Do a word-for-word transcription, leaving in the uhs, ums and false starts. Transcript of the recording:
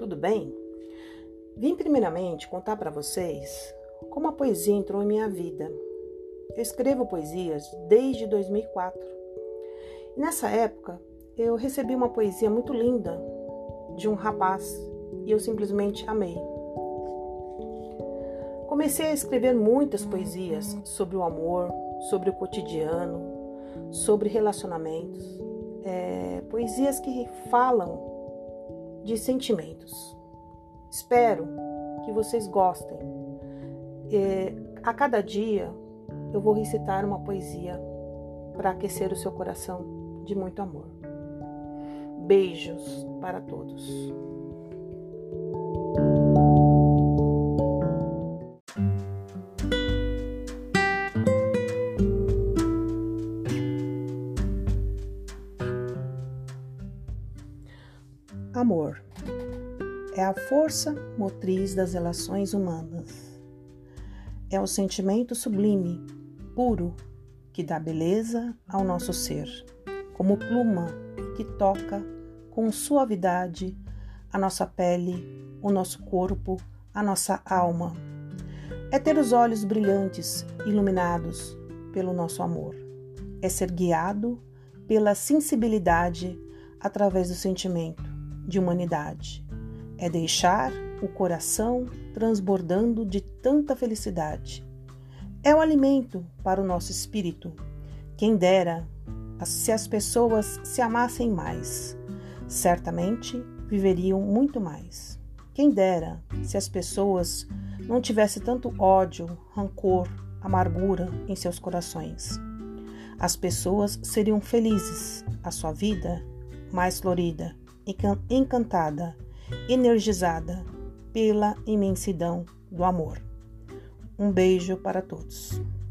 tudo bem? Vim primeiramente contar para vocês como a poesia entrou em minha vida. Eu escrevo poesias desde dois mil e quatro. E nessa época, eu recebi uma poesia muito linda de um rapaz e eu simplesmente amei. Comecei a escrever muitas poesias sobre o amor, sobre o cotidiano, sobre relacionamentos, é, poesias que falam de sentimentos. Espero que vocês gostem. É, a cada dia eu vou recitar uma poesia para aquecer o seu coração de muito amor. Beijos para todos. Amor é a força motriz das relações humanas. É o sentimento sublime, puro, que dá beleza ao nosso ser, como pluma que toca com suavidade a nossa pele, o nosso corpo, a nossa alma. É ter os olhos brilhantes, iluminados pelo nosso amor. É ser guiado pela sensibilidade através do sentimento de humanidade. É deixar o coração transbordando de tanta felicidade. É o alimento para o nosso espírito. Quem dera se as pessoas se amassem mais. Certamente viveriam muito mais. Quem dera se as pessoas não tivessem tanto ódio, rancor, amargura em seus corações. As pessoas seriam felizes, a sua vida mais florida, encantada, energizada pela imensidão do amor. Um beijo para todos.